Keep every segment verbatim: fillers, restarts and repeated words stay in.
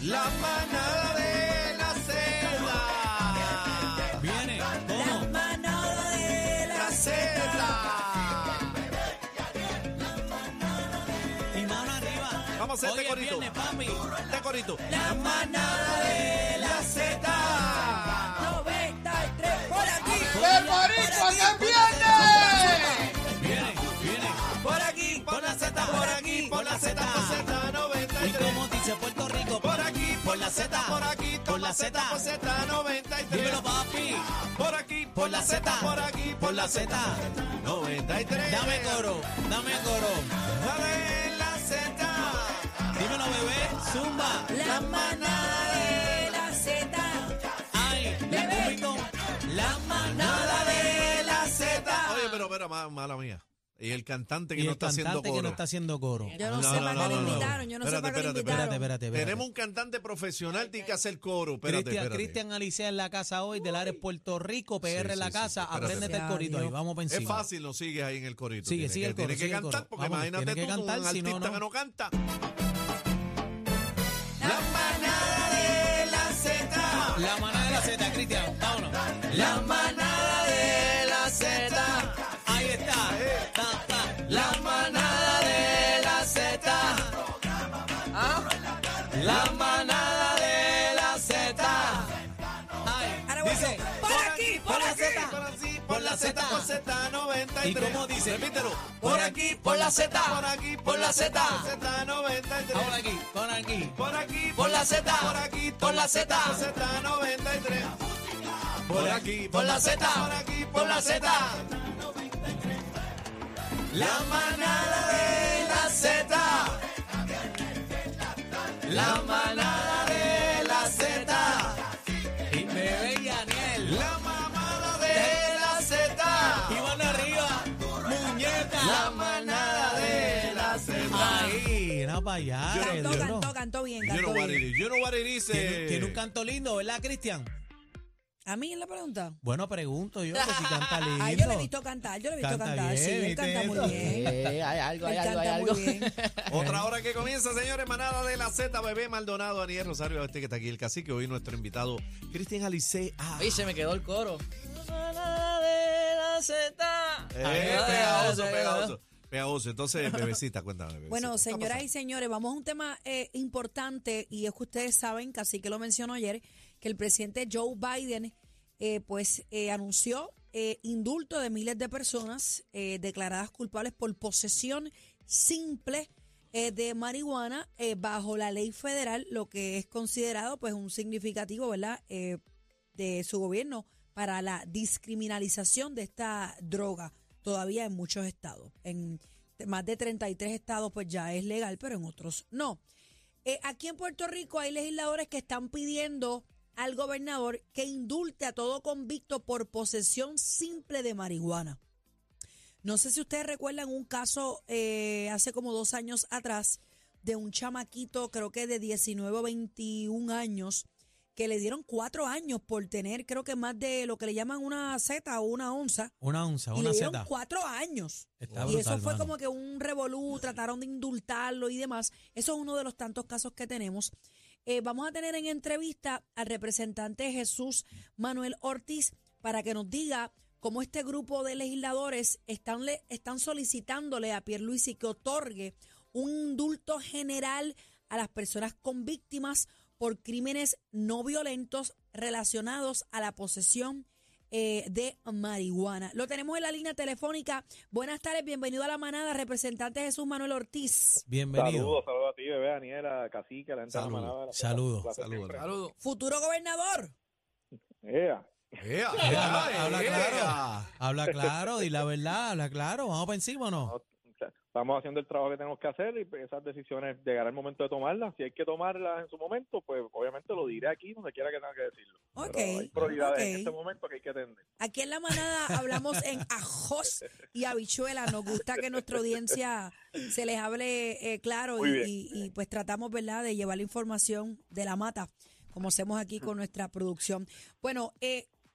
La manada de la Z. Viene, La ¿cómo? manada de la La Z. Y mano arriba. Vamos a hacer Hoy este es corito. viernes, papi. Este corito. La manada de la Z. noventa y tres por aquí. ¡El boricua que viene! Viene, viene. Por aquí, por la Z, por aquí, por la Z, por Z noventa Y y tres. como dice Puerto Rico, Por aquí, por la Z, por aquí, por la Z. por Z noventa y tres. Dímelo, papi. Por aquí, por la Z, por aquí, por la Z noventa y tres. Dame coro, dame coro. La de la Z. Dímelo, bebé, zumba. La manada de la Z. Ay, la cubito. La manada de la Z. Oye, pero, pero, ma- mala mía. Y el cantante que Y no el está haciendo cantante coro. que no está haciendo coro. Yo no, No, sé no, para no, qué le no, no. invitaron. Yo no sé Espérate, para qué le espérate, invitaron. Espérate, espérate, espérate. Tenemos un cantante profesional, tiene que hacer coro. Espérate, Cristian, espérate. Cristian Alicea en la casa hoy, del área de Puerto Rico, P R Sí, en la sí, sí, casa. espérate. Apréndete el Ya, corito ahí, Dios. vamos para Es encima. fácil, no sigues ahí en el corito. Sigue, Tiene sigue que, el coro, tiene que sigue el cantar, coro. porque Vamos, imagínate tiene que tú, cantar, un si no, artista no. que no canta. La manada de la Z. La manada de la Z, Cristian, vámonos. La manada de la Z. Ahí está. Ta, ta. La manada de la Z. La manada de la Z. Ay, Ahora voy dice, yo. Por aquí, por la Z. Por aquí, Por la Z. por Z noventa y ¿Y tres. cómo dice? Repítelo. Por aquí, por la Z. Por aquí, Por la Z. por Z noventa y tres. Vamos aquí, pon aquí. Por aquí, Por la Z. Por aquí, Por la Z. por Z noventa y tres. Por aquí, por la Z. Por aquí, por la Z. La manada de la Z. La manada de la Z. Y bebé y Aniel. La mamada de la Z. Y van arriba. Muñeca. La manada de la Z. Ahí, no para allá. Yo no- qué Cantó, duro. cantó, cantó bien, You know cantó what it bien. is. You know what it is. Tiene, eh. tiene un canto lindo, ¿verdad, Cristian? ¿A mí es la pregunta? Bueno, pregunto yo que si canta lindo. Ay, yo le he visto cantar, yo le he visto Canta cantar. bien, Sí, él ¿viste canta eso? muy bien. Eh, hay algo, hay Él algo, hay canta algo. muy bien. Otra hora que comienza, señores, manada de la Z, bebé Maldonado, Aniel Rosario, este que está aquí, el cacique, hoy nuestro invitado, Cristian Alicea. Ay, se me quedó el coro. Eh, pegajoso, pegajoso. Pegajoso. Entonces, bebecita, cuéntame. Bebecita. Bueno, ¿Qué está señoras y pasando? señores, vamos a un tema eh, importante y es que ustedes saben, casi que lo mencionó ayer, que el presidente Joe Biden eh, pues eh, anunció eh, indulto de miles de personas eh, declaradas culpables por posesión simple eh, de marihuana eh, bajo la ley federal, lo que es considerado pues un significativo, ¿verdad?, eh, de su gobierno para la descriminalización de esta droga todavía en muchos estados. En más de treinta y tres estados pues ya es legal, pero en otros no. Eh, aquí en Puerto Rico hay legisladores que están pidiendo al gobernador que indulte a todo convicto por posesión simple de marihuana. No sé si ustedes recuerdan un caso eh, hace como dos años atrás de un chamaquito, creo que de diecinueve o veintiún años, que le dieron cuatro años por tener, creo que más de lo que le llaman una zeta o una onza. Una onza, Y una le dieron zeta. cuatro años. Está y eso brutal, fue mano. como que un revolú, trataron de indultarlo y demás. Eso es uno de los tantos casos que tenemos. Eh, vamos a tener en entrevista al representante Jesús Manuel Ortiz para que nos diga cómo este grupo de legisladores están, le, están solicitándole a Pierluisi que otorgue un indulto general a las personas con víctimas por crímenes no violentos relacionados a la posesión eh, de marihuana. Lo tenemos en la línea telefónica. Buenas tardes, bienvenido a la manada, representante Jesús Manuel Ortiz. Bienvenido. Saludos, saludos a ti, bebé, Daniela, Cacique, a la gente de la Saludos. manada. Saludos. Placer Saludos. siempre. Saludos. Futuro gobernador. Ea. Ea, Eh, habla, ea, habla ea. claro, habla claro, di la verdad, habla claro, vamos para encima o no. No, Estamos haciendo el trabajo que tenemos que hacer y esas decisiones llegará el momento de tomarlas. Si hay que tomarlas en su momento, pues obviamente lo diré aquí donde quiera que tenga que decirlo. Ok, Pero hay prioridades en ok. este momento que hay que atender. Aquí en la manada hablamos en ajos y habichuela. Nos gusta que nuestra audiencia se les hable eh, claro Muy y, bien. y- y, pues tratamos, ¿verdad?, de llevar la información de la mata, como hacemos aquí con nuestra producción. Bueno, eh,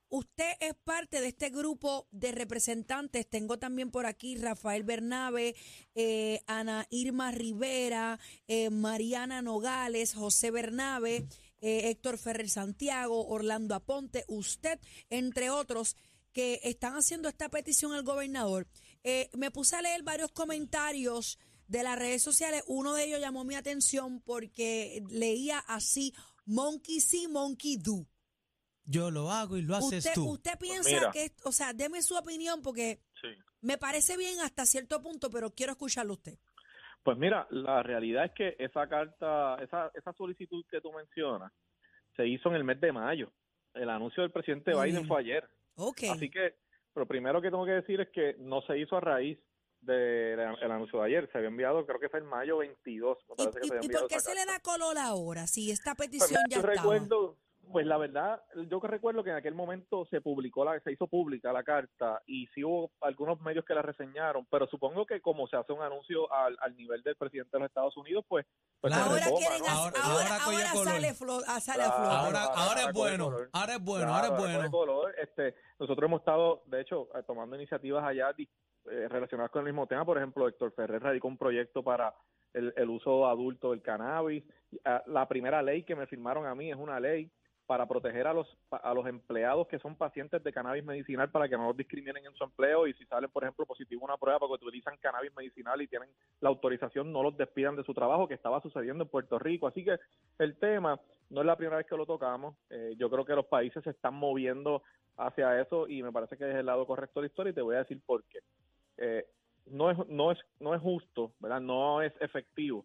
usted es parte de este grupo de representantes. Tengo también por aquí Rafael Bernabe, eh, Ana Irma Rivera, eh, Mariana Nogales, José Bernabe, eh, Héctor Ferrer Santiago, Orlando Aponte, usted, entre otros, que están haciendo esta petición al gobernador. Eh, me puse a leer varios comentarios de las redes sociales. Uno de ellos llamó mi atención porque leía así: monkey see, monkey do. Yo lo hago y lo haces Usted, tú. usted piensa Mira. que, o sea, deme su opinión porque Sí. me parece bien hasta cierto punto, pero quiero escucharlo usted. Pues mira, la realidad es que esa carta, esa, esa solicitud que tú mencionas, se hizo en el mes de mayo. El anuncio del presidente Muy Biden bien. fue ayer. Ok. Así que lo primero que tengo que decir es que no se hizo a raíz del anuncio de ayer. Se había enviado, creo que fue en mayo veintidós. Me ¿Y, parece que y- se había y enviado por qué esa se le carta. da color ahora si esta Pues petición mira, ya yo estaba? recuerdo, pues la verdad, yo que recuerdo que en aquel momento se publicó, la, se hizo pública la carta y sí hubo algunos medios que la reseñaron, pero supongo que como se hace un anuncio al, al nivel del presidente de los Estados Unidos, pues, pues se Claro. Ahora retoma, quieren, ¿no? hacer- Ahora- ahora, ahora cogió ahora color. sale, flo- ah, sale a Claro. flote. Ahora, Ahora- ahora es ahora coge bueno, color. ahora es bueno, Claro, ahora es ahora coge bueno. color. Este, nosotros hemos estado, de hecho, eh, tomando iniciativas allá di- eh, relacionadas con el mismo tema. Por ejemplo, Héctor Ferrer radicó un proyecto para el, el uso adulto del cannabis. Ah, La primera ley que me firmaron a mí es una ley para proteger a los a los empleados que son pacientes de cannabis medicinal para que no los discriminen en su empleo y si salen, por ejemplo, positivo una prueba porque utilizan cannabis medicinal y tienen la autorización, no los despidan de su trabajo, que estaba sucediendo en Puerto Rico. Así que el tema no es la primera vez que lo tocamos. Eh, yo creo que los países se están moviendo hacia eso y me parece que es el lado correcto de la historia y te voy a decir por qué. Eh, no es no es no es justo, ¿verdad? No es efectivo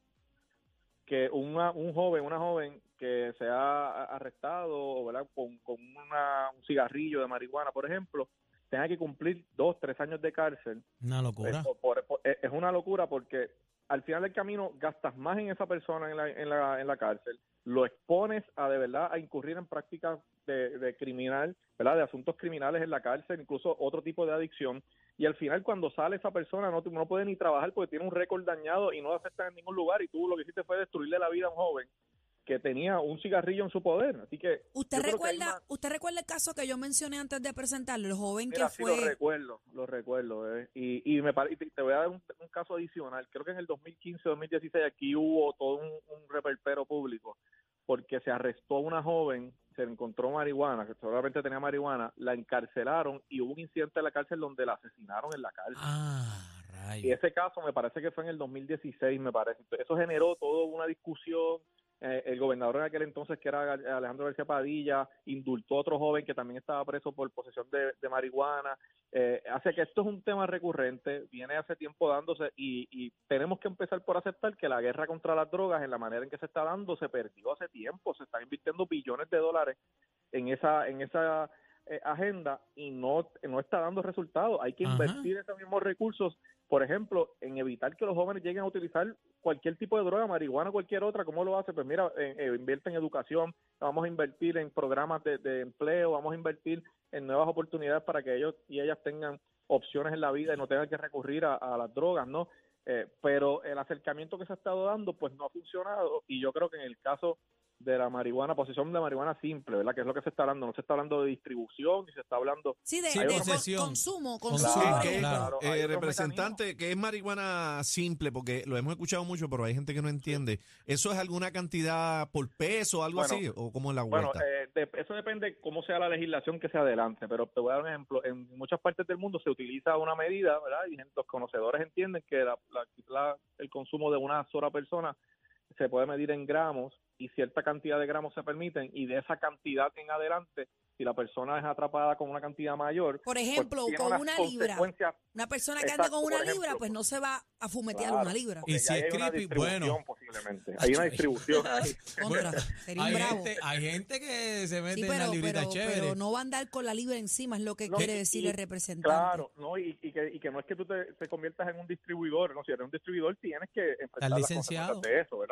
que una, un joven, una joven que sea arrestado, ¿verdad? Con, con una, un cigarrillo de marihuana, por ejemplo, tenga que cumplir dos, tres años de cárcel. Una Eh, locura. por- por- por- es una locura porque al final del camino gastas más en esa persona en la, en la, en la cárcel, lo expones a de verdad a incurrir en prácticas de, de criminal, ¿verdad? De asuntos criminales en la cárcel, incluso otro tipo de adicción. Y al final cuando sale esa persona no, no puede ni trabajar porque tiene un récord dañado y no lo aceptan en ningún lugar y tú lo que hiciste fue destruirle la vida a un joven que tenía un cigarrillo en su poder. Así que ¿Usted yo creo que hay recuerda, más- usted recuerda el caso que yo mencioné antes de presentarlo, el joven Mira, que sí fue... lo recuerdo, lo recuerdo. Eh. Y, y me pare- y te, te voy a dar un, un caso adicional. Creo que en el dos mil quince, dos mil dieciséis aquí hubo todo un, un reperpero público porque se arrestó a una joven, se encontró marihuana, que solamente tenía marihuana, la encarcelaron y hubo un incidente en la cárcel donde la asesinaron en la cárcel. Ah, Y rayos. ese caso me parece que fue en el dos mil dieciséis, me parece. Eso generó toda una discusión. Eh, el gobernador en aquel entonces, que era Alejandro García Padilla, indultó a otro joven que también estaba preso por posesión de, de marihuana. Eh, hace que esto es un tema recurrente, viene hace tiempo dándose y, y tenemos que empezar por aceptar que la guerra contra las drogas, en la manera en que se está dando, se perdió hace tiempo. Se están invirtiendo billones de dólares en esa en esa eh, agenda y no, no está dando resultados. Hay que Ajá. invertir esos mismos recursos, por ejemplo, en evitar que los jóvenes lleguen a utilizar cualquier tipo de droga, marihuana o cualquier otra. ¿Cómo lo hace? Pues mira, eh, eh, invierte en educación, vamos a invertir en programas de, de empleo, vamos a invertir en nuevas oportunidades para que ellos y ellas tengan opciones en la vida y no tengan que recurrir a, a las drogas, ¿no? Eh, pero el acercamiento que se ha estado dando pues no ha funcionado y yo creo que en el caso de la marihuana, posesión de marihuana simple, ¿verdad? Que es lo que se está hablando, no se está hablando de distribución, ni se está hablando... Sí, de, Sí, de con- posesión. consumo, Consumo, consumo. Sí, por que, ejemplo. claro. hay eh, otros representante, que es marihuana simple, porque lo hemos escuchado mucho, pero hay gente que no entiende. ¿Eso es alguna cantidad por peso o algo Bueno, así? ¿O cómo es la Bueno, vuelta? eh, de- eso depende cómo sea la legislación que se adelante, pero te voy a dar un ejemplo. En muchas partes del mundo se utiliza una medida, ¿verdad? Y los conocedores entienden que la- la- la- el consumo de una sola persona se puede medir en gramos y cierta cantidad de gramos se permiten y de esa cantidad en adelante, si la persona es atrapada con una cantidad mayor, Por pues ejemplo, tiene con unas una libra. consecuencias. Una persona que ande Exacto, con una por libra, ejemplo. pues no se va a fumetear Claro, una libra. porque Y ya si es hay una creepy, distribución bueno. posiblemente. Hay una distribución ahí. Contra, sería un Hay bravo. gente, hay gente que se mete Sí, en pero, la librita pero, chévere. pero no va a andar con la libra encima, es lo que No, quiere y- decir y- el representante. Claro, no y, y que, y que no es que tú te, te conviertas en un distribuidor, no, si eres un distribuidor tienes que enfrentar las licenciado. consecuencias de eso, ¿verdad?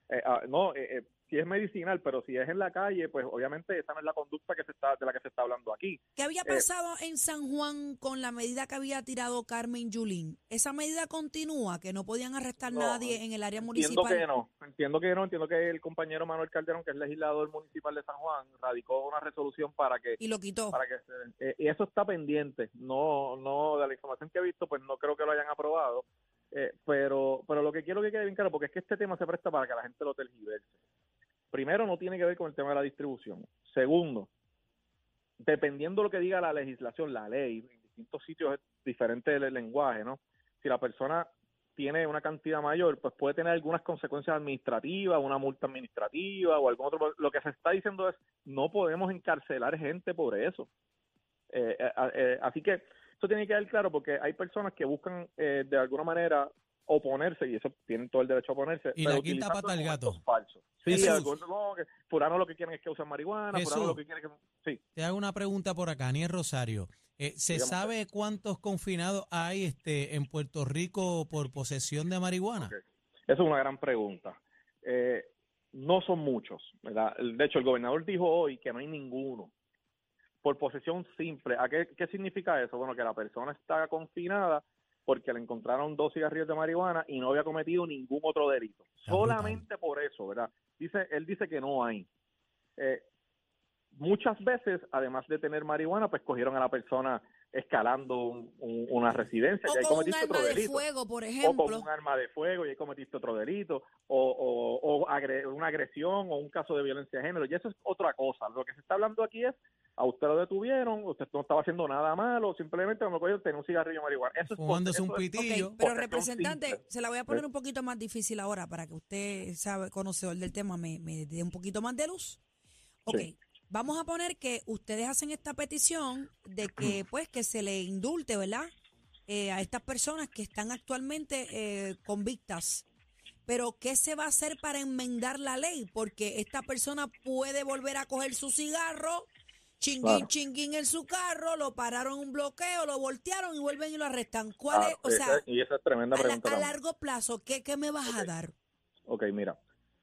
Eh, ah, no, eh, eh, si es medicinal, pero si es en la calle, pues obviamente esa no es la conducta que se está de la que se está hablando aquí. ¿Qué había Eh, pasado en San Juan con la medida que había tirado Carmen Yulín? ¿Esa medida continúa, que no podían arrestar No, nadie en el área Entiendo municipal? que no, entiendo que no, entiendo que el compañero Manuel Calderón, que es legislador municipal de San Juan, radicó una resolución para que Y lo quitó. para que se, eh, y eso está pendiente. No, no, de la información que he visto, pues no creo que lo hayan aprobado. Eh, pero, pero lo que quiero que quede bien claro, porque es que este tema se presta para que la gente lo tergiverse. Primero, no tiene que ver con el tema de la distribución. Segundo, dependiendo de lo que diga la legislación, la ley, en distintos sitios es diferente el lenguaje, ¿no? Si la persona tiene una cantidad mayor, pues puede tener algunas consecuencias administrativas, una multa administrativa o algún otro. Lo que se está diciendo es, no podemos encarcelar gente por eso. Eh, eh, eh, así que eso tiene que quedar claro, porque hay personas que buscan eh, de alguna manera oponerse, y eso tienen todo el derecho a oponerse. Y pero la quinta utilizando pata al gato. argumentos falsos. Sí, Jesús. algunos, no, que fulano lo que quieren es que usen marihuana, Jesús. fulano lo que quiere es que... Sí. Te hago una pregunta por acá, Aniel Rosario. Eh, ¿Se Dígame sabe cuántos confinados hay este en Puerto Rico por posesión de marihuana? Okay. Esa es una gran pregunta. Eh, no son muchos, ¿verdad? De hecho, el gobernador dijo hoy que no hay ninguno. Por posesión simple. ¿A qué, qué significa eso? Bueno, que la persona está confinada porque le encontraron dos cigarrillos de marihuana y no había cometido ningún otro delito. Está Solamente brutal. por eso, ¿verdad? Dice, él dice que no hay. Eh, muchas veces, además de tener marihuana, pues cogieron a la persona escalando un, un, una residencia. O y ahí con un cometiste arma otro de delito. fuego, por O ejemplo. con un arma de fuego y ahí cometiste otro delito, o, o, o agre- una agresión o un caso de violencia de género, y eso es otra cosa. Lo que se está hablando aquí es, a usted lo detuvieron, usted no estaba haciendo nada malo, simplemente me cogió tener un cigarrillo de marihuana. Eso es Fumándose un eso es- pitillo. Ok, pero posesión representante, simple. se la voy a poner un poquito más difícil ahora para que usted, sabe, conocedor del tema, me, me dé un poquito más de luz. Ok, Sí. vamos a poner que ustedes hacen esta petición de que, pues, que se le indulte, ¿verdad? Eh, a estas personas que están actualmente eh, convictas. Pero, ¿qué se va a hacer para enmendar la ley? Porque esta persona puede volver a coger su cigarro, chinguín, Claro. chinguín en su carro, lo pararon en un bloqueo, lo voltearon y vuelven y lo arrestan. ¿Cuál Ah, es? O esa- sea, y esa es tremenda a, la- pregunta a también. largo plazo, ¿qué, qué me vas a Ok. dar? Ok, mira.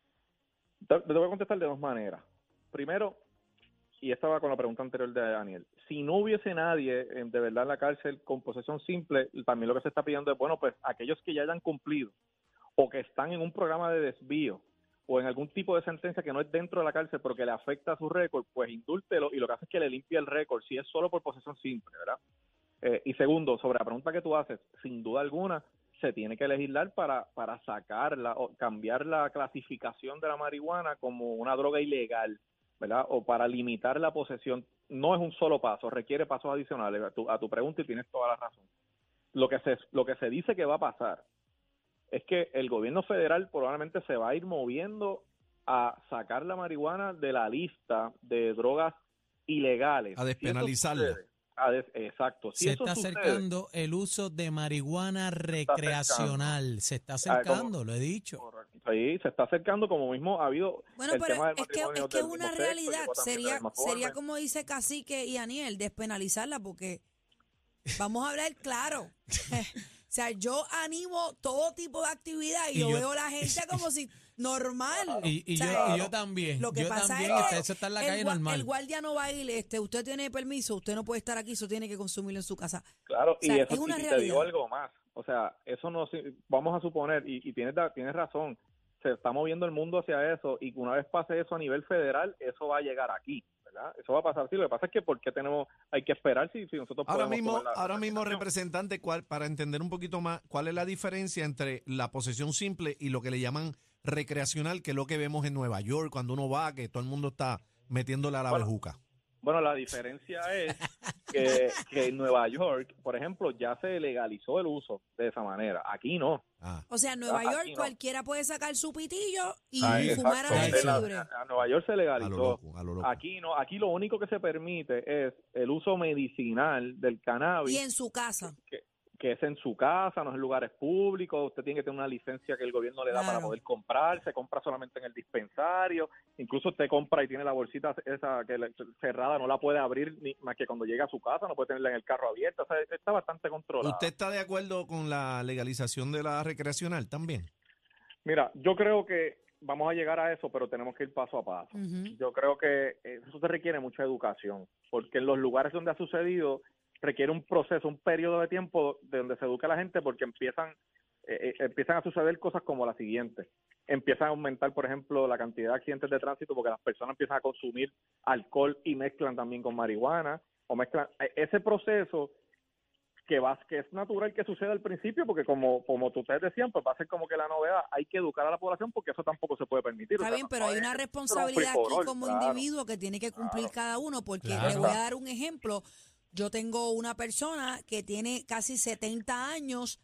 Te, te voy a contestar de dos maneras. Primero, y esta va con la pregunta anterior de Daniel, si no hubiese nadie eh, de verdad en la cárcel con posesión simple, también lo que se está pidiendo es, bueno, pues aquellos que ya hayan cumplido o que están en un programa de desvío o en algún tipo de sentencia que no es dentro de la cárcel pero que le afecta a su récord, pues indúltelo, y lo que hace es que le limpie el récord, si es solo por posesión simple, ¿verdad? Eh, y segundo, sobre la pregunta que tú haces, sin duda alguna, se tiene que legislar para, para sacarla o cambiar la clasificación de la marihuana como una droga ilegal, ¿verdad? O para limitar la posesión. No es un solo paso, requiere pasos adicionales. A tu, a tu pregunta, y tienes toda la razón. Lo que se, lo que se dice que va a pasar es que el gobierno federal probablemente se va a ir moviendo a sacar la marihuana de la lista de drogas ilegales. A Si eso despenalizarla. sucede, a des- exacto. Si Se eso está sucede, acercando el uso de marihuana recreacional. Se está acercando, lo he dicho. correcto, sí, se está acercando, como mismo ha habido Bueno, el pero tema del es que, matrimonio es que del es una mismo sexo, realidad. llegó también de la Sería, misma forma. sería como dice Cacique y Aniel, despenalizarla, porque vamos a hablar claro. O sea, yo animo todo tipo de actividad y, Y yo, yo- veo a la gente como si normal. Y, y O sea, yo, y yo también. Lo que yo pasa también, es está- que eso está en la el, calle gua- normal. el guardia no va a ir, este, usted tiene permiso, usted no puede estar aquí, eso tiene que consumirlo en su casa. Claro, sea, y eso es una y te realidad. digo algo más. O sea, eso no, si- vamos a suponer, y, y tienes, da- tienes razón, se está moviendo el mundo hacia eso, y una vez pase eso a nivel federal, eso va a llegar aquí, ¿verdad? Eso va a pasar. Sí, lo que pasa es que ¿por qué tenemos, hay que esperar si, si nosotros Ahora podemos mismo, tomar la ahora mismo, determinación? representante, ¿cuál, para entender un poquito más, ¿cuál es la diferencia entre la posesión simple y lo que le llaman recreacional, que es lo que vemos en Nueva York cuando uno va, que todo el mundo está metiéndole a la Bueno, bejuca? Bueno, la diferencia es que, que en Nueva York, por ejemplo, ya se legalizó el uso de esa manera. Aquí no. Ah, O sea, en Nueva Ah, York aquí no. cualquiera puede sacar su pitillo y Ah, fumar exacto. al aire En la- libre. a Nueva York se a lo legalizó. loco, a lo loco. Aquí no. Aquí lo único que se permite es el uso medicinal del cannabis. Y en su casa. que, que es en su casa, no es en lugares públicos. Usted tiene que tener una licencia que el gobierno le da Claro. para poder comprar. Se compra solamente en el dispensario. Incluso usted compra y tiene la bolsita esa que le- cerrada, no la puede abrir ni más que cuando llega a su casa, no puede tenerla en el carro abierta. O sea, está bastante controlado. ¿Usted está de acuerdo con la legalización de la recreacional también? Mira, yo creo que vamos a llegar a eso, pero tenemos que ir paso a paso. Ujú. Yo creo que eso te requiere mucha educación, porque en los lugares donde ha sucedido requiere un proceso, un periodo de tiempo de donde se educa a la gente, porque empiezan eh, eh, empiezan a suceder cosas como la siguiente. Empiezan a aumentar, por ejemplo, la cantidad de accidentes de tránsito porque las personas empiezan a consumir alcohol y mezclan también con marihuana, o mezclan ese proceso que va que es natural que suceda al principio, porque como como ustedes decían, pues va a ser como que la novedad. Hay que educar a la población porque eso tampoco se puede permitir. Está O sea, bien, no- pero no hay es- una eso no es un responsabilidad free for aquí all, como claro. individuo que tiene que cumplir cada uno, porque Claro. le voy a dar un ejemplo. Yo tengo una persona que tiene casi setenta años,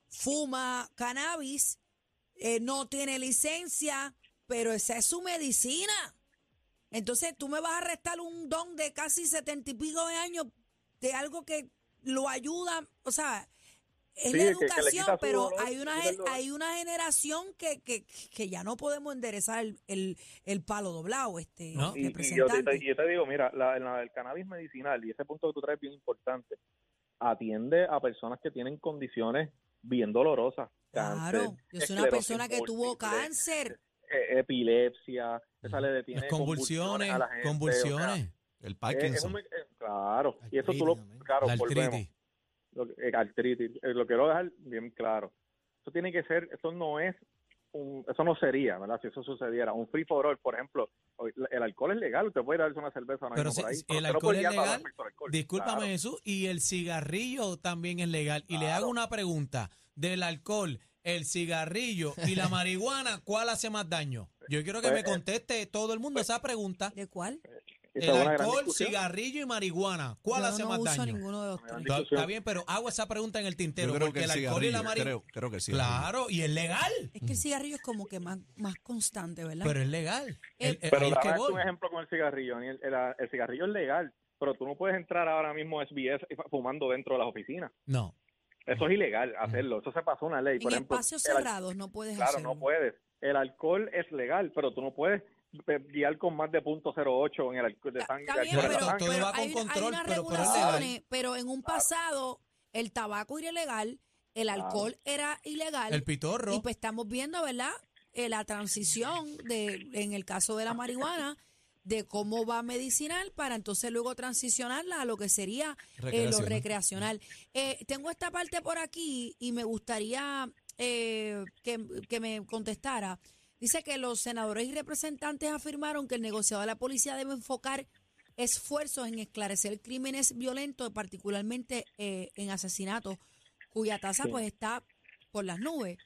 fuma cannabis, eh, no tiene licencia, pero esa es su medicina. Entonces tú me vas a restar un don de casi setenta y pico de años de algo que lo ayuda, o sea, es Sí, la que- que le educación, quita su pero dolor, hay le una quita el gen- dolor. hay una generación que, que, que ya no podemos enderezar el, el, el palo doblado, este No. Y, y yo, representante. te, y yo te digo, mira, la, la- el cannabis medicinal, y ese punto que tú traes es bien importante, atiende a personas que tienen condiciones bien dolorosas. Cáncer, Claro, yo soy una esclerosis persona que tuvo múltiple, cáncer. eh, epilepsia, esa le detiene Las convulsiones, a la gente, o sea, convulsiones, El eh, es Parkinson. un- eh, claro, y eso tú lo, Artritis, claro, la volvemos. artritis. Lo, que- eh, artritis, eh, lo quiero dejar bien claro. Eso tiene que ser, eso no es, un, eso no sería, ¿verdad? Si eso sucediera, un free for all, por ejemplo, hoy- el alcohol es legal, usted puede darse una cerveza ahora Pero mismo por si- ahí. si el usted no alcohol puede es guiar bajo legal, efecto del alcohol, discúlpame claro. Jesús, y el cigarrillo también es legal. Y le hago una pregunta, del alcohol, el cigarrillo y la marihuana, ¿cuál hace más daño? Yo quiero que Pues, me conteste todo el mundo esa pregunta. ¿De cuál? Esa El es una gran alcohol, discusión. cigarrillo y marihuana, ¿cuál Yo hace no más uso daño? ninguno de los Una gran tres. Está, discusión. está bien, pero hago esa pregunta en el tintero, Yo creo porque que el el alcohol y la cigarrillo, marihuana... creo, creo que sí. cigarrillo. Claro, y es legal, Es que el cigarrillo es como que más, más constante, ¿verdad? pero es legal. Eh, El- el- Pero ahí es que déjame darte voy. un ejemplo con el cigarrillo. Daniel. El, el cigarrillo es legal, pero tú no puedes entrar ahora mismo a S B S fumando dentro de las oficinas. No. Eso es ilegal hacerlo. Eso se pasó una ley. en Por ejemplo, espacios el al- cerrados no puedes Claro, hacerlo. no puedes. El alcohol es legal, pero tú no puedes eh, guiar con más de punto cero ocho en el alcohol de Está, sangre. está bien, alcohol en la pero, Todo sangre. va con hay, una- hay control, unas pero- pero es regulaciones, pero en un pasado el tabaco era ilegal, el alcohol era ilegal. El pitorro. Y pues estamos viendo, ¿verdad? Eh, la transición de, en el caso de la marihuana, de cómo va medicinal para entonces luego transicionarla a lo que sería eh, lo Recreacional. recreacional. Eh, tengo esta parte por aquí y me gustaría eh, que, que me contestara. Dice que los senadores y representantes afirmaron que el negociado de la policía debe enfocar esfuerzos en esclarecer crímenes violentos, particularmente eh, en asesinatos, cuya tasa Sí. pues está por las nubes.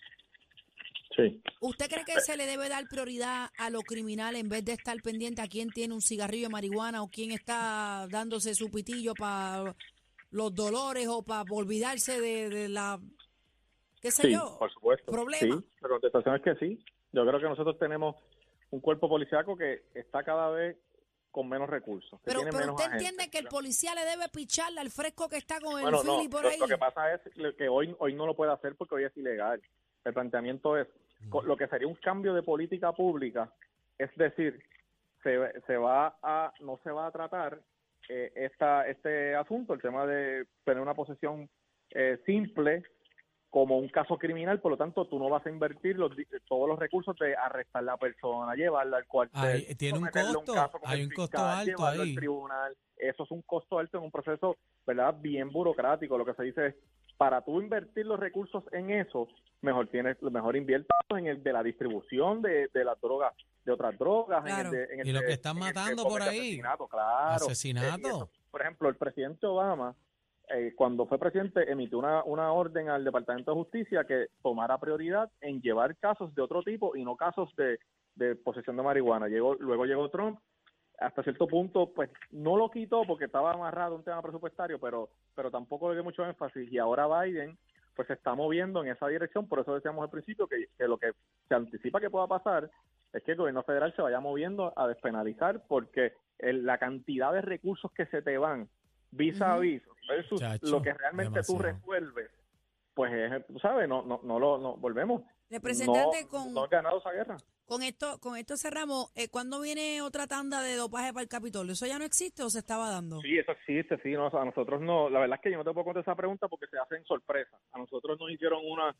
Sí. ¿Usted cree que se le debe dar prioridad a lo criminal en vez de estar pendiente a quién tiene un cigarrillo de marihuana o quién está dándose su pitillo para los dolores o para olvidarse de, de la, qué sé Sí, yo, por supuesto. problema? Sí, la contestación es que sí. Yo creo que nosotros tenemos un cuerpo policiaco que está cada vez con menos recursos. Que Pero, tiene pero menos usted agentes, entiende que el ¿verdad? policía le debe picharle al fresco que está con el Bueno, no, fili por lo, ahí. lo que pasa es que hoy, hoy no lo puede hacer porque hoy es ilegal. El planteamiento es, co- lo que sería un cambio de política pública, es decir, se, se va a, no se va a tratar eh, esta, este asunto, el tema de tener una posesión eh, simple como un caso criminal, por lo tanto tú no vas a invertir los, di- todos los recursos de arrestar a la persona, llevarla al cuartel, Ahí tiene un someterle costo, caso con hay el un costo fiscal, alto llevarlo ahí. al tribunal. Eso es un costo alto en un proceso, ¿verdad?, bien burocrático. Lo que se dice es, para tú invertir los recursos en eso, mejor tienes, mejor inviertas en el de la distribución de, de las drogas, de otras drogas, Claro. en el de, en el Y lo de- que están en el que matando comete por ahí. asesinato, claro. Asesinato. Eh, y eso, por ejemplo, el presidente Obama, eh, cuando fue presidente, emitió una, una orden al Departamento de Justicia que tomara prioridad en llevar casos de otro tipo y no casos de, de posesión de marihuana. Llegó, luego llegó Trump, hasta cierto punto, pues no lo quitó porque estaba amarrado a un tema presupuestario, pero, pero tampoco le dio mucho énfasis. Y ahora Biden, pues se está moviendo en esa dirección. Por eso decíamos al principio que, que lo que se anticipa que pueda pasar es que el gobierno federal se vaya moviendo a despenalizar, porque el- la cantidad de recursos que se te van vis a vis versus Chacho, lo que realmente tú demasiado. resuelves, pues es, tú sabes, no, no, no lo, no, volvemos. Representante, no, con, no han ganado esa guerra. con esto con esto cerramos. Eh, ¿Cuándo viene otra tanda de dopaje para el Capitolio? ¿Eso ya no existe o se estaba dando? Sí, eso existe, sí. No, a nosotros no, la verdad es que yo no te puedo contestar esa pregunta porque se hacen sorpresa. A nosotros nos hicieron una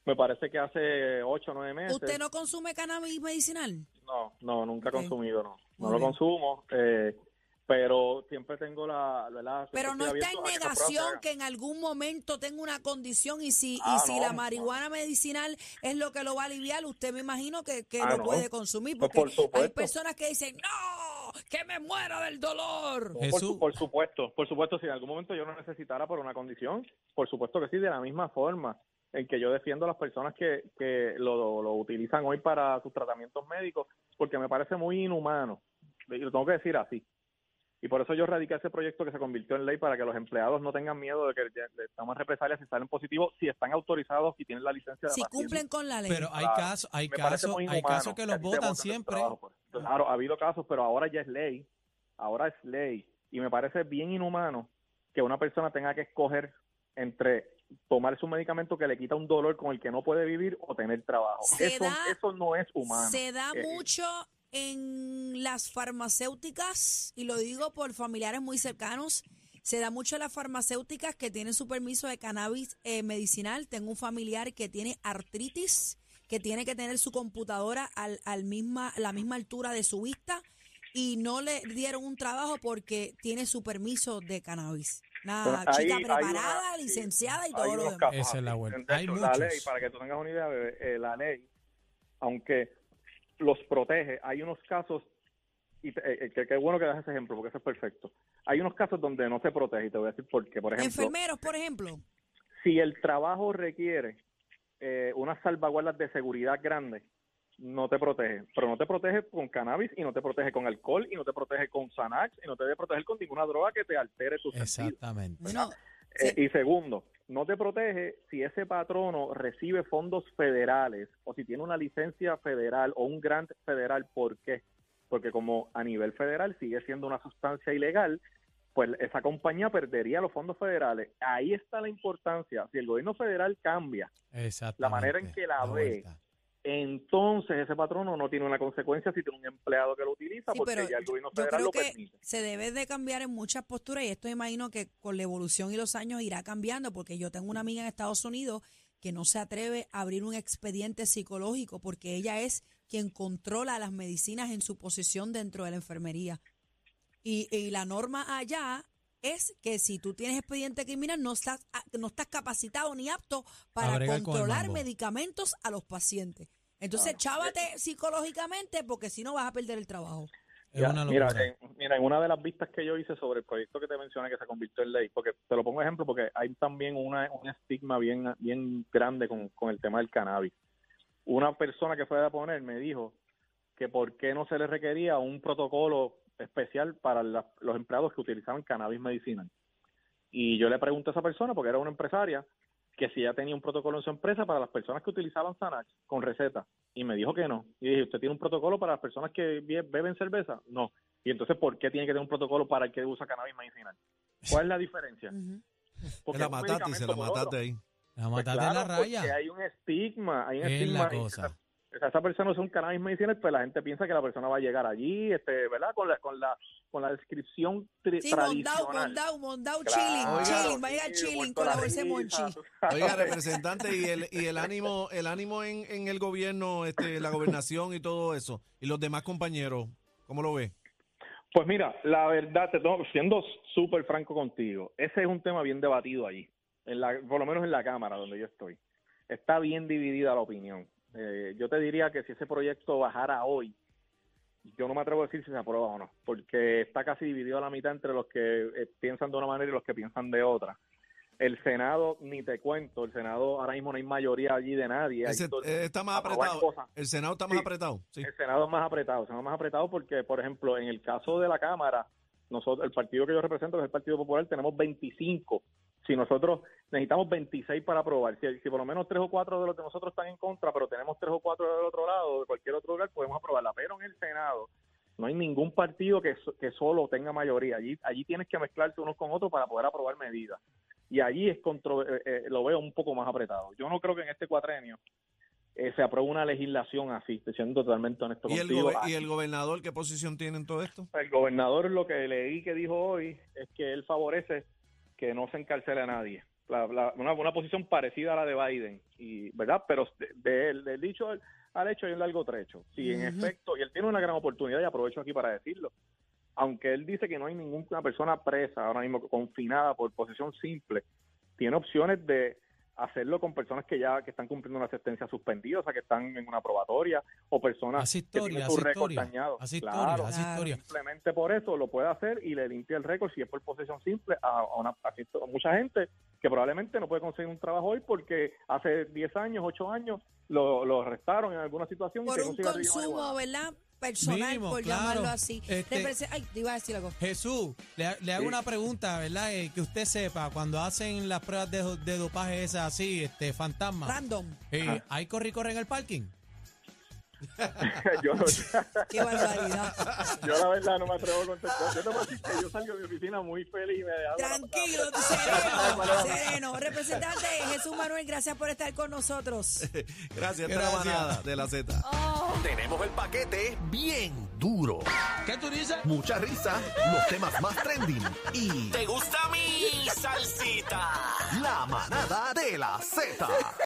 me parece que hace ocho o nueve meses. ¿Usted no consume cannabis medicinal? No, no, nunca he Ok. consumido, no. No Muy lo bien. consumo, eh, pero siempre tengo la, ¿verdad? Siempre Pero no estoy está en abierto a que esas pruebas se negación hagan. que en algún momento tenga una condición y si, Ah, y si no, la no. marihuana medicinal es lo que lo va a aliviar, usted me imagino que, que Ah, lo no. puede consumir, Pues porque por supuesto. hay personas que dicen, no, que me muera del dolor. No, por, Jesús. su- por supuesto, por supuesto, si en algún momento yo lo necesitara por una condición, por supuesto que sí, de la misma forma en que yo defiendo a las personas que, que lo, lo utilizan hoy para sus tratamientos médicos, porque me parece muy inhumano, y lo tengo que decir así. Y por eso yo radiqué ese proyecto que se convirtió en ley para que los empleados no tengan miedo de que de tomen represalias si salen positivos, si están autorizados y tienen la licencia de Si paciente. cumplen con la ley. Pero hay Claro, casos, hay me parece casos, muy hay inhumano casos que los así te votan boten del siempre. trabajo, pues. Claro, ha habido casos, pero ahora ya es ley. Ahora es ley. Y me parece bien inhumano que una persona tenga que escoger entre tomar su medicamento que le quita un dolor con el que no puede vivir o tener trabajo. Se Eso, da- eso no es humano. Se da Eh, mucho en las farmacéuticas, y lo digo por familiares muy cercanos, se da mucho en las farmacéuticas que tienen su permiso de cannabis eh, medicinal. Tengo un familiar que tiene artritis, que tiene que tener su computadora al, al misma, la misma altura de su vista, y no le dieron un trabajo porque tiene su permiso de cannabis. Una Bueno, hay- chica hay preparada, una- sí, licenciada y hay todo lo unos demás. casos Esa es así. la vuelta. De Hay hecho, la muchos. ley, para que tú tengas una idea, bebé, eh, la ley, aunque los protege, hay unos casos, y te- eh, que, que bueno que das ese ejemplo, porque eso es perfecto. Hay unos casos donde no se protege, y te voy a decir por qué. Por ejemplo, Enfermeros, por ejemplo. si el trabajo requiere eh, unas salvaguardas de seguridad grandes, no te protege. Pero no te protege con cannabis, y no te protege con alcohol, y no te protege con Xanax, y no te debe proteger con ninguna droga que te altere tus sentidos. Exactamente. Bueno, Eh, sí. y segundo, no te protege si ese patrono recibe fondos federales o si tiene una licencia federal o un grant federal. ¿Por qué? Porque como a nivel federal sigue siendo una sustancia ilegal, pues esa compañía perdería los fondos federales. Ahí está la importancia. Si el gobierno federal cambia Exactamente. la manera en que la ve, vuelta. entonces ese patrono no tiene una consecuencia si tiene un empleado que lo utiliza, Sí, porque pero ya el gobierno yo federal creo lo que permite. se debe de cambiar en muchas posturas, y esto imagino que con la evolución y los años irá cambiando, porque yo tengo una amiga en Estados Unidos que no se atreve a abrir un expediente psicológico porque ella es quien controla las medicinas en su posición dentro de la enfermería. Y, y la norma allá es que si tú tienes expediente criminal no estás, no estás capacitado ni apto para A bregar con el controlar mambo. medicamentos a los pacientes. Entonces, Claro. chávate psicológicamente, porque si no vas a perder el trabajo. Es Ya, una mira, locura. en, mira, en una de las vistas que yo hice sobre el proyecto que te mencioné que se convirtió en ley, porque te lo pongo de ejemplo porque hay también una, un estigma bien, bien grande con, con el tema del cannabis. Una persona que fue a poner me dijo que por qué no se le requería un protocolo especial para la- los empleados que utilizaban cannabis medicinal. Y yo le pregunté a esa persona, porque era una empresaria, que si ella tenía un protocolo en su empresa para las personas que utilizaban Xanax con receta, y me dijo que no. Y dije, ¿usted tiene un protocolo para las personas que be- beben cerveza? No. Y entonces, ¿por qué tiene que tener un protocolo para el que usa cannabis medicinal? ¿Cuál es la diferencia? Ujú. Porque Se la es un mataste y medicamento se la por otro. mataste ahí. La Pues mataste claro, en la raya. porque hay un estigma, hay un Es estigma. la y cosa. Esa, esa persona usa un cannabis medicinal, pues la gente piensa que la persona va a llegar allí, este, ¿verdad? Con la, con la, con la descripción tri- Sí, mondao, tradicional. mondao, mondao, Claro, chilling, chilling, vaya sí, chilling muerto con la la bolsa de risa, monchi. tú sabes. Oiga, representante, y el, y el ánimo, el ánimo en, en el gobierno, este, la gobernación y todo eso, y los demás compañeros, ¿cómo lo ve? Pues mira, la verdad, te tengo, siendo súper franco contigo, ese es un tema bien debatido allí, en la, por lo menos en la Cámara donde yo estoy. Está bien dividida la opinión. Eh, yo te diría que si ese proyecto bajara hoy, yo no me atrevo a decir si se aprueba o no, porque está casi dividido a la mitad entre los que eh, piensan de una manera y los que piensan de otra. El Senado, ni te cuento, el Senado ahora mismo no hay mayoría allí de nadie. Ese, Hay todo- eh, está más aprobar apretado. cosas. El Senado está más Sí. apretado. Sí. El Senado es más apretado, el Senado es más apretado porque, por ejemplo, en el caso de la Cámara, nosotros, el partido que yo represento, que es el Partido Popular, tenemos veinticinco. Si nosotros necesitamos veintiséis para aprobar, si, si por lo menos tres o cuatro de los de nosotros están en contra, pero tenemos tres o cuatro del otro lado, de cualquier otro lugar, podemos aprobarla. Pero en el Senado no hay ningún partido que, so- que solo tenga mayoría. Allí, allí tienes que mezclarse unos con otros para poder aprobar medidas. Y allí es contro- eh, eh, lo veo un poco más apretado. Yo no creo que en este cuatrenio eh, se apruebe una legislación así, estoy siendo totalmente honesto ¿Y el, contigo. gobe- ¿Y el gobernador qué posición tiene en todo esto? El gobernador, lo que leí que dijo hoy es que él favorece que no se encarcele a nadie, la- la- una, una posición parecida a la de Biden, y verdad, pero de- de- del dicho al, al hecho hay un largo trecho. Si en Ujú. efecto, y él tiene una gran oportunidad, y aprovecho aquí para decirlo, aunque él dice que no hay ninguna persona presa ahora mismo confinada por posesión simple, tiene opciones de hacerlo con personas que ya que están cumpliendo una sentencia suspendida, o sea, que están en una probatoria, o personas Hace que historia, tienen su hace récord historia. dañado. Hace Claro, historia, hace Claro. historia. simplemente por eso lo puede hacer y le limpia el récord si es por posesión simple a, a una, a cierto- a mucha gente que probablemente no puede conseguir un trabajo hoy porque hace diez años, ocho años lo, lo arrestaron en alguna situación. y Por tenía un cigarrillo de consumo, marihuana. ¿verdad? Personal, Mínimo, por claro. llamarlo así. Este- Represe- Ay, te iba a decir algo. Jesús, le, le hago Sí. una pregunta, ¿verdad? Eh, que usted sepa, cuando hacen las pruebas de, do- de dopaje esas así, este, fantasma, Random. eh, ¿hay corre y corre en el parking? yo, Qué barbaridad. yo la verdad no me atrevo a contestar. Yo te puedo decir que yo salgo de mi oficina muy feliz y me dejo. Tranquilo, sereno, sereno. Representante Jesús Manuel, gracias por estar con nosotros. Gracias, esta es la Gracias. manada de la Z. Tenemos el paquete bien duro. ¿Qué tú dices? Mucha risa, los temas más trending y ¿Te gusta mi salsita? la manada de la Z.